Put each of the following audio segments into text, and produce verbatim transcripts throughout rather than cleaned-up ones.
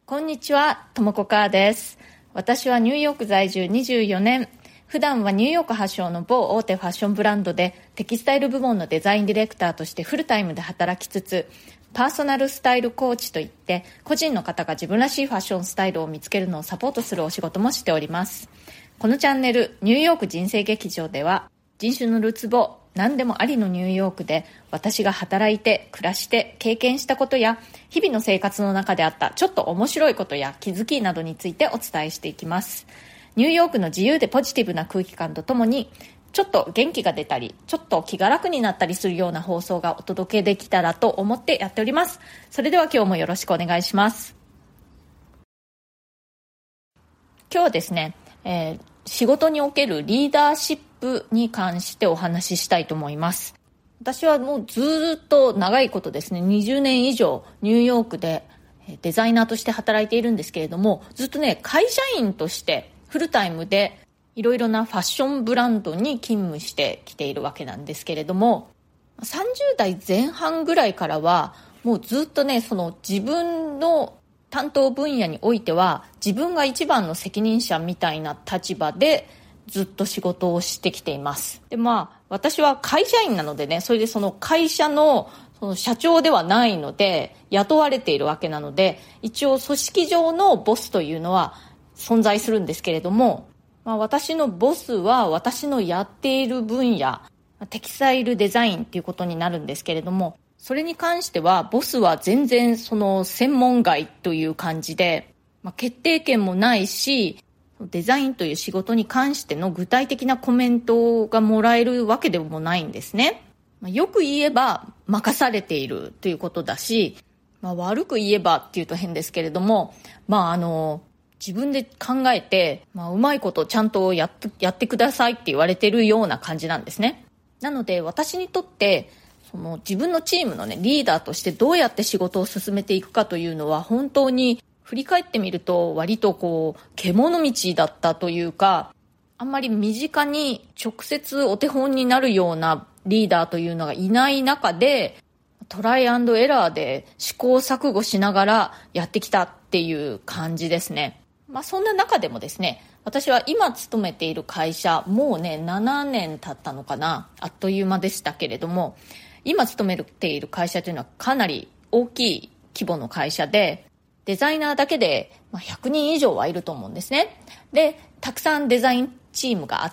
こんにちは、ともこかーです。私はニューヨーク在住にじゅうよねん。普段はニューヨーク発祥の某大手ファッションブランドでテキスタイル部門のデザインディレクターとしてフルタイムで働きつつ、パーソナルスタイルコーチといって個人の方が自分らしいファッションスタイルを見つけるのをサポートするお仕事もしております。このチャンネルニューヨーク人生劇場では、人種のるつぼ何でもありのニューヨークで私が働いて暮らして経験したことや日々の生活の中であったちょっと面白いことや気づきなどについてお伝えしていきます。ニューヨークの自由でポジティブな空気感とともにちょっと元気が出たりちょっと気が楽になったりするような放送がお届けできたらと思ってやっております。それでは今日もよろしくお願いします。今日はですね、えー、仕事におけるリーダーシップに関してお話ししたいと思います。私はもうずっと長いことですね、にじゅうねん以上ニューヨークでデザイナーとして働いているんですけれども、ずっとね会社員としてフルタイムでいろいろなファッションブランドに勤務してきているわけなんですけれども、さんじゅうだいぜん半ぐらいからはもうずっとね、その自分の担当分野においては自分が一番の責任者みたいな立場でずっと仕事をしてきています。で、まあ私は会社員なのでね、それでその会社のその社長ではないので雇われているわけなので、一応組織上のボスというのは存在するんですけれども、まあ、私のボスは私のやっている分野、テキスタイルデザインということになるんですけれども、それに関してはボスは全然その専門外という感じで、まあ、決定権もないし、デザインという仕事に関しての具体的なコメントがもらえるわけでもないんですね。まあ、よく言えば任されているということだし、まあ、悪く言えばっていうと変ですけれども、まああの自分で考えて、まあ、うまいことちゃんとやって、やってくださいって言われてるような感じなんですね。なので私にとってその自分のチームのねリーダーとしてどうやって仕事を進めていくかというのは、本当に振り返ってみると割とこう獣道だったというか、あんまり身近に直接お手本になるようなリーダーというのがいない中で、トライアンドエラーで試行錯誤しながらやってきたっていう感じですね。まあそんな中でもですね、私は今勤めている会社、もうねななねん経ったのかな、あっという間でしたけれども、今勤めている会社というのはかなり大きい規模の会社で、デザイナーだけでひゃくにん以上はいると思うんですね。で、たくさんデザインチームがあって、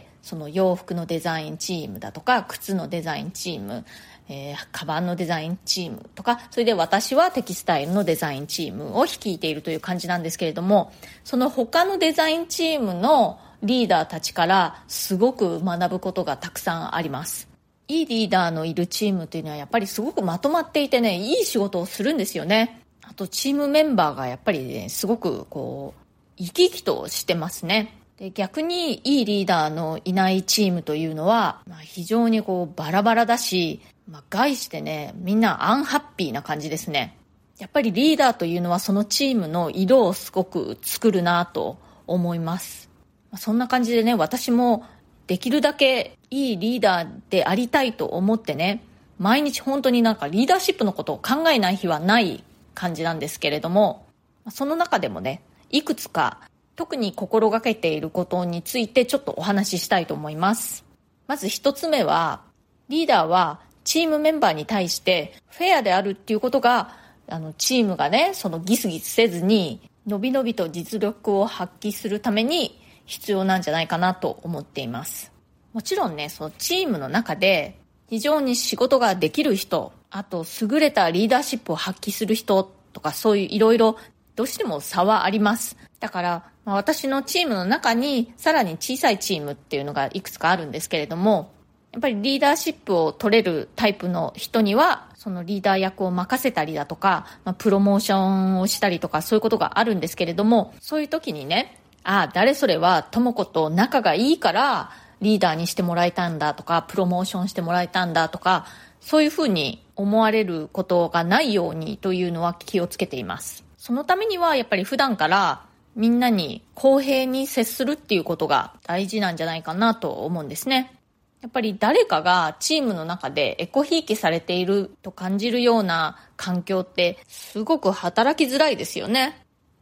その洋服のデザインチームだとか靴のデザインチーム、えー、カバンのデザインチームとか、それで私はテキスタイルのデザインチームを率いているという感じなんですけれども、その他のデザインチームのリーダーたちからすごく学ぶことがたくさんあります。いいリーダーのいるチームというのはやっぱりすごくまとまっていてね、いい仕事をするんですよね。あとチームメンバーがやっぱりね、すごくこう生き生きとしてますね。で、逆にいいリーダーのいないチームというのは、まあ、非常にこうバラバラだし、まあ、概してね、みんなアンハッピーな感じですね。やっぱりリーダーというのはそのチームの色をすごく作るなと思います。まあ、そんな感じでね、私もできるだけいいリーダーでありたいと思ってね、毎日本当になんかリーダーシップのことを考えない日はない感じなんですけれども、その中でもね、いくつか特に心がけていることについてちょっとお話ししたいと思います。まず一つ目は、リーダーはチームメンバーに対してフェアであるっていうことが、あのチームがね、そのギスギスせずにのびのびと実力を発揮するために必要なんじゃないかなと思っています。もちろんね、そのチームの中で非常に仕事ができる人、あと優れたリーダーシップを発揮する人とか、そういういろいろどうしても差はあります。だから、まあ、私のチームの中にさらに小さいチームっていうのがいくつかあるんですけれども、やっぱりリーダーシップを取れるタイプの人にはそのリーダー役を任せたりだとか、まあ、プロモーションをしたりとか、そういうことがあるんですけれども、そういう時にね、ああ誰それはともこと仲がいいからリーダーにしてもらえたんだとか、プロモーションしてもらえたんだとか、そういうふうに思われることがないようにというのは気をつけています。そのためにはやっぱり普段からみんなに公平に接するっていうことが大事なんじゃないかなと思うんですね。やっぱり誰かがチームの中でエコひいきされていると感じるような環境ってすごく働きづらいですよね。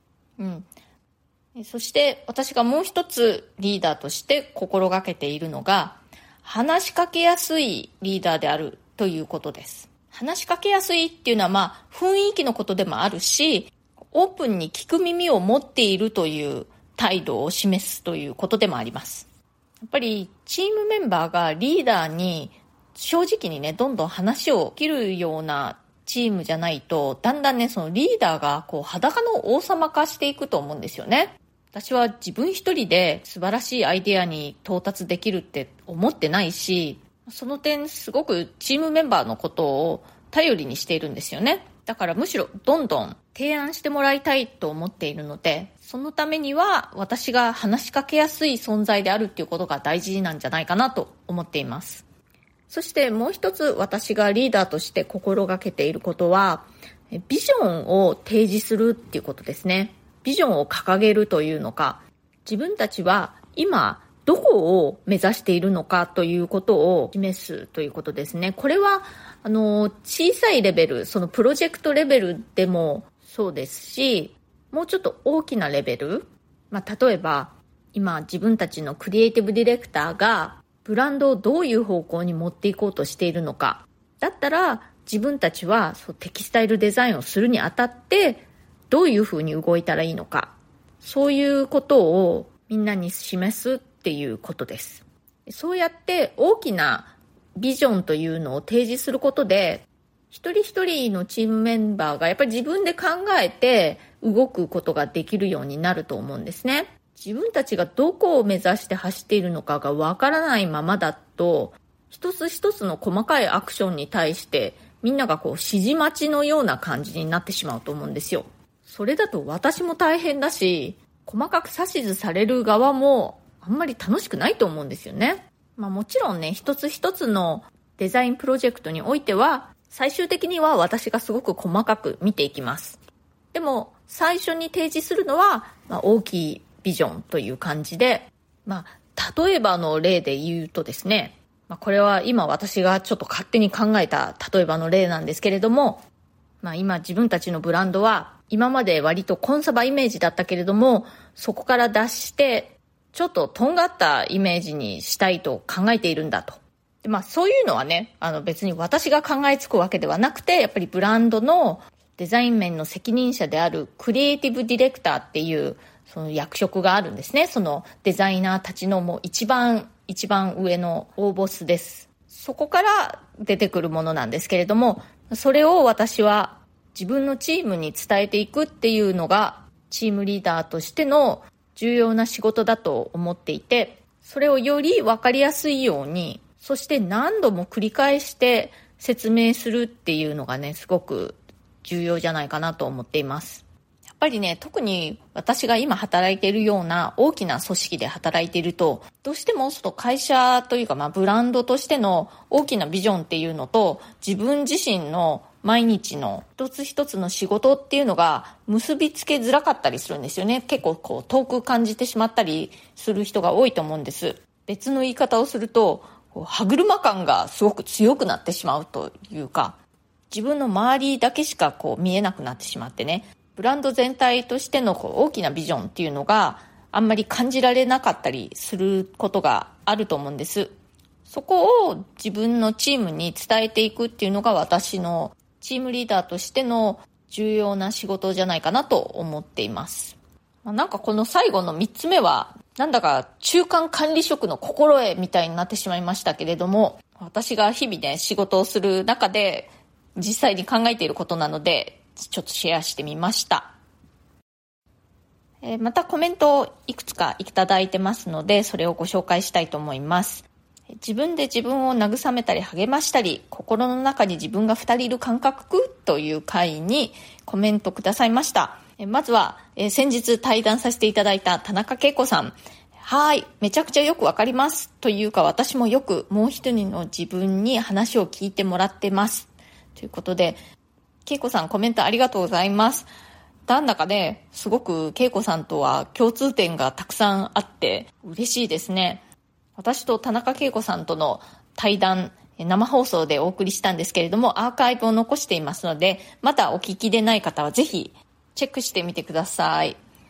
うん。そして私がもう一つリーダーとして心がけているのが、話しかけやすいリーダーであるということです。話しかけやすいっていうのはまあ雰囲気のことでもあるし、オープンに聞く耳を持っているという態度を示すということでもあります。やっぱりチームメンバーがリーダーに正直にね、どんどん話を切るようなチームじゃないと、だんだんね、そのリーダーがこう裸の王様化していくと思うんですよね。私は自分一人で素晴らしいアイデアに到達できるって思ってないし、その点すごくチームメンバーのことを頼りにしているんですよね。だからむしろどんどん提案してもらいたいと思っているので、そのためには私が話しかけやすい存在であるっていうことが大事なんじゃないかなと思っています。そしてもう一つ私がリーダーとして心がけていることは、ビジョンを提示するっていうことですね。ビジョンを掲げるというのか、自分たちは今どこを目指しているのかということを示すということですね。これはあの小さいレベル、そのプロジェクトレベルでもそうですし、もうちょっと大きなレベル、まあ、例えば今自分たちのクリエイティブディレクターがブランドをどういう方向に持っていこうとしているのか、だったら自分たちはそうテキスタイルデザインをするにあたってどういうふうに動いたらいいのか、そういうことをみんなに示すっていうことです。そうやって大きなビジョンというのを提示することで、一人一人のチームメンバーがやっぱり自分で考えて動くことができるようになると思うんですね。自分たちがどこを目指して走っているのかがわからないままだと、一つ一つの細かいアクションに対してみんながこう指示待ちのような感じになってしまうと思うんですよ。それだと私も大変だし、細かく指図される側もあんまり楽しくないと思うんですよね。まあもちろんね、一つ一つのデザインプロジェクトにおいては、最終的には私がすごく細かく見ていきます。でも最初に提示するのは、まあ、大きいビジョンという感じで、まあ例えばの例で言うとですね、まあ、これは今私がちょっと勝手に考えた例えばの例なんですけれども、まあ今自分たちのブランドは今まで割とコンサバイメージだったけれども、そこから脱してちょっととんがったイメージにしたいと考えているんだと。で、まあそういうのはね、あの別に私が考えつくわけではなくて、やっぱりブランドのデザイン面の責任者であるクリエイティブディレクターっていうその役職があるんですね。そのデザイナーたちのもう一番一番上の大ボスです。そこから出てくるものなんですけれども、それを私は自分のチームに伝えていくっていうのがチームリーダーとしての重要な仕事だと思っていて、それをより分かりやすいように、そして何度も繰り返して説明するっていうのがね、すごく重要じゃないかなと思っています。やっぱりね、特に私が今働いているような大きな組織で働いていると、どうしてもその会社というか、まあブランドとしての大きなビジョンっていうのと、自分自身の毎日の一つ一つの仕事っていうのが結びつけづらかったりするんですよね。結構こう遠く感じてしまったりする人が多いと思うんです。別の言い方をすると、こう歯車感がすごく強くなってしまうというか、自分の周りだけしかこう見えなくなってしまってね、ブランド全体としてのこう大きなビジョンっていうのがあんまり感じられなかったりすることがあると思うんです。そこを自分のチームに伝えていくっていうのが私のチームリーダーとしての重要な仕事じゃないかなと思っています。なんかこの最後のみっつめはなんだか中間管理職の心得みたいになってしまいましたけれども、私が日々ね仕事をする中で実際に考えていることなのでちょっとシェアしてみました。えー、またコメントをいくつかいただいてますので、それをご紹介したいと思います。自分で自分を慰めたり励ましたり、心の中に自分が二人いる感覚という回にコメントくださいました。まずは、えー、先日対談させていただいた田中恵子さん。はい、めちゃくちゃよくわかりますというか、私もよくもう一人の自分に話を聞いてもらってますということで、恵子さんコメントありがとうございます。なんだかね、すごく恵子さんとは共通点がたくさんあって嬉しいですね。私と田中恵子さんとの対談、生放送でお送りしたんですけれども、アーカイブを残していますので、まだお聞きでない方はぜひチェックしてみてください。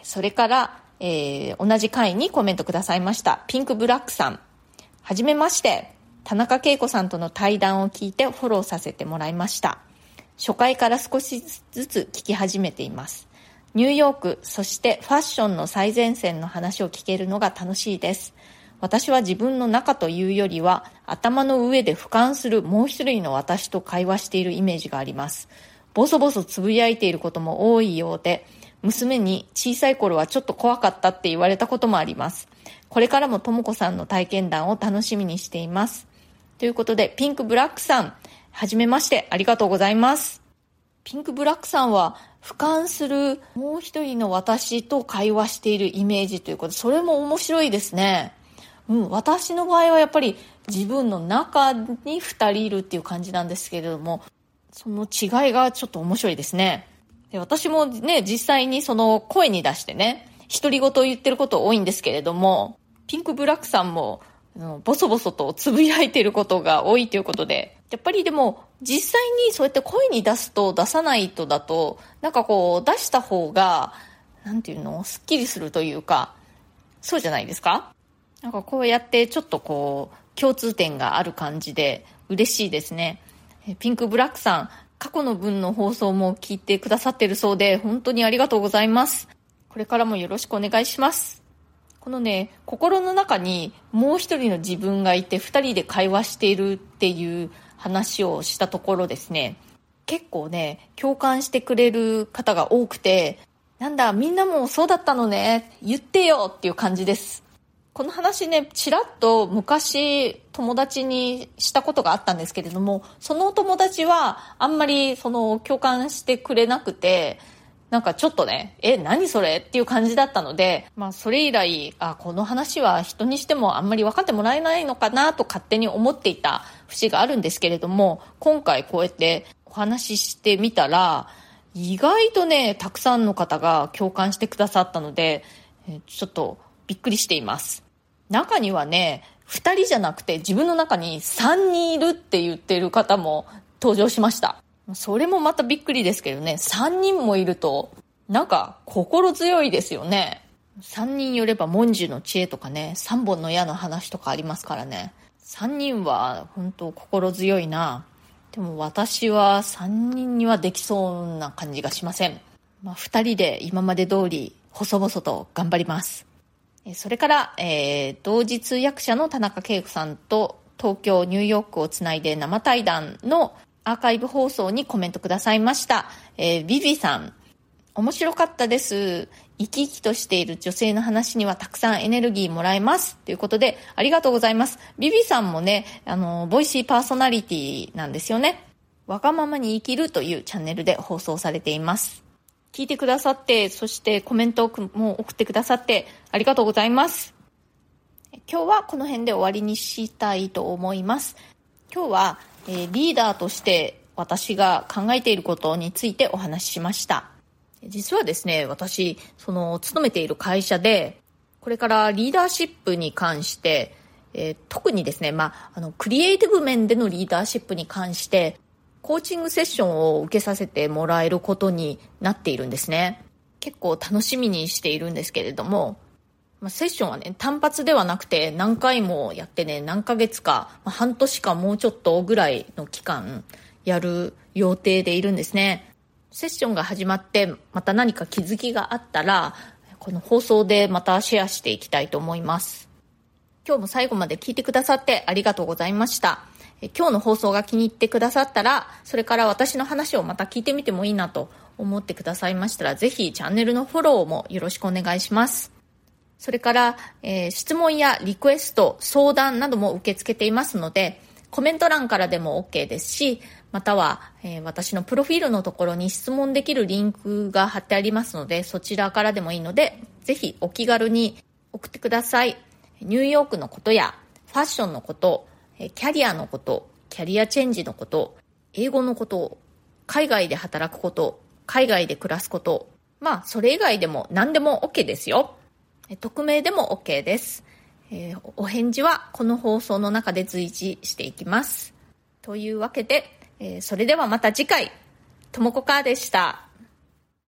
それから、えー、同じ回にコメントくださいましたピンクブラックさん。はじめまして。田中恵子さんとの対談を聞いてフォローさせてもらいました。初回から少しずつ聞き始めています。ニューヨーク、そしてファッションの最前線の話を聞けるのが楽しいです。私は自分の中というよりは頭の上で俯瞰するもう一人の私と会話しているイメージがあります。ボソボソつぶやいていることも多いようで、娘に小さい頃はちょっと怖かったって言われたこともあります。これからもともこさんの体験談を楽しみにしています。ということで、ピンクブラックさん、はじめましてありがとうございます。ピンクブラックさんは俯瞰するもう一人の私と会話しているイメージということで、それも面白いですね。うん、私の場合はやっぱり自分の中に二人いるっていう感じなんですけれども、その違いがちょっと面白いですね。で、私もね、実際にその声に出してね、独り言を言ってること多いんですけれども、ピンクブラックさんもボソボソとつぶやいていることが多いということで、やっぱりでも実際にそうやって声に出すと出さないとだと、なんかこう出した方がなんていうの、すっきりするというか、そうじゃないですか？なんかこうやってちょっとこう共通点がある感じで嬉しいですね。ピンクブラックさん、過去の分の放送も聞いてくださってるそうで、本当にありがとうございます。これからもよろしくお願いします。このね、心の中にもう一人の自分がいて二人で会話しているっていう話をしたところですね、結構ね、共感してくれる方が多くて、なんだ、みんなもそうだったのね、言ってよっていう感じです。この話ね、ちらっと昔友達にしたことがあったんですけれども、その友達はあんまりその共感してくれなくて、なんかちょっとね、え、何それっていう感じだったので、まあそれ以来、あ、この話は人にしてもあんまり分かってもらえないのかなと勝手に思っていた節があるんですけれども、今回こうやってお話ししてみたら、意外とね、たくさんの方が共感してくださったので、ちょっとびっくりしています。中にはね、二人じゃなくて自分の中に三人いるって言ってる方も登場しました。それもまたびっくりですけどね、三人もいるとなんか心強いですよね。三人よれば文殊の知恵とかね、三本の矢の話とかありますからね。三人は本当心強いな。でも私は三人にはできそうな感じがしません。まあ、二人で今まで通り細々と頑張ります。それから、えー、同時通訳者の田中恵子さんと東京ニューヨークをつないで生対談のアーカイブ放送にコメントくださいました。えー、ビビさん、面白かったです。生き生きとしている女性の話にはたくさんエネルギーもらえますということで、ありがとうございます。ビビさんもね、あのボイシーパーソナリティなんですよね。わがままに生きるというチャンネルで放送されています。聞いてくださって、そしてコメントも送ってくださってありがとうございます。今日はこの辺で終わりにしたいと思います。今日は、えー、リーダーとして私が考えていることについてお話ししました。実はですね、私、その勤めている会社で、これからリーダーシップに関して、えー、特にですね、まあ、あの、クリエイティブ面でのリーダーシップに関して、コーチングセッションを受けさせてもらえることになっているんですね。結構楽しみにしているんですけれども、まあ、セッションはね、単発ではなくて何回もやってね、何ヶ月か、まあ、半年かもうちょっとぐらいの期間やる予定でいるんですね。セッションが始まってまた何か気づきがあったら、この放送でまたシェアしていきたいと思います。今日も最後まで聞いてくださってありがとうございました。今日の放送が気に入ってくださったら、それから私の話をまた聞いてみてもいいなと思ってくださいましたら、ぜひチャンネルのフォローもよろしくお願いします。それから、えー、質問やリクエスト、相談なども受け付けていますので、コメント欄からでも OK ですし、または、えー、私のプロフィールのところに質問できるリンクが貼ってありますので、そちらからでもいいので、ぜひお気軽に送ってください。ニューヨークのことやファッションのこと、キャリアのこと、キャリアチェンジのこと、英語のこと、海外で働くこと、海外で暮らすこと、まあそれ以外でも何でも OK ですよ。匿名でも OK です。えー、お返事はこの放送の中で随時していきます。というわけで、えー、それではまた次回、ともこかーでした。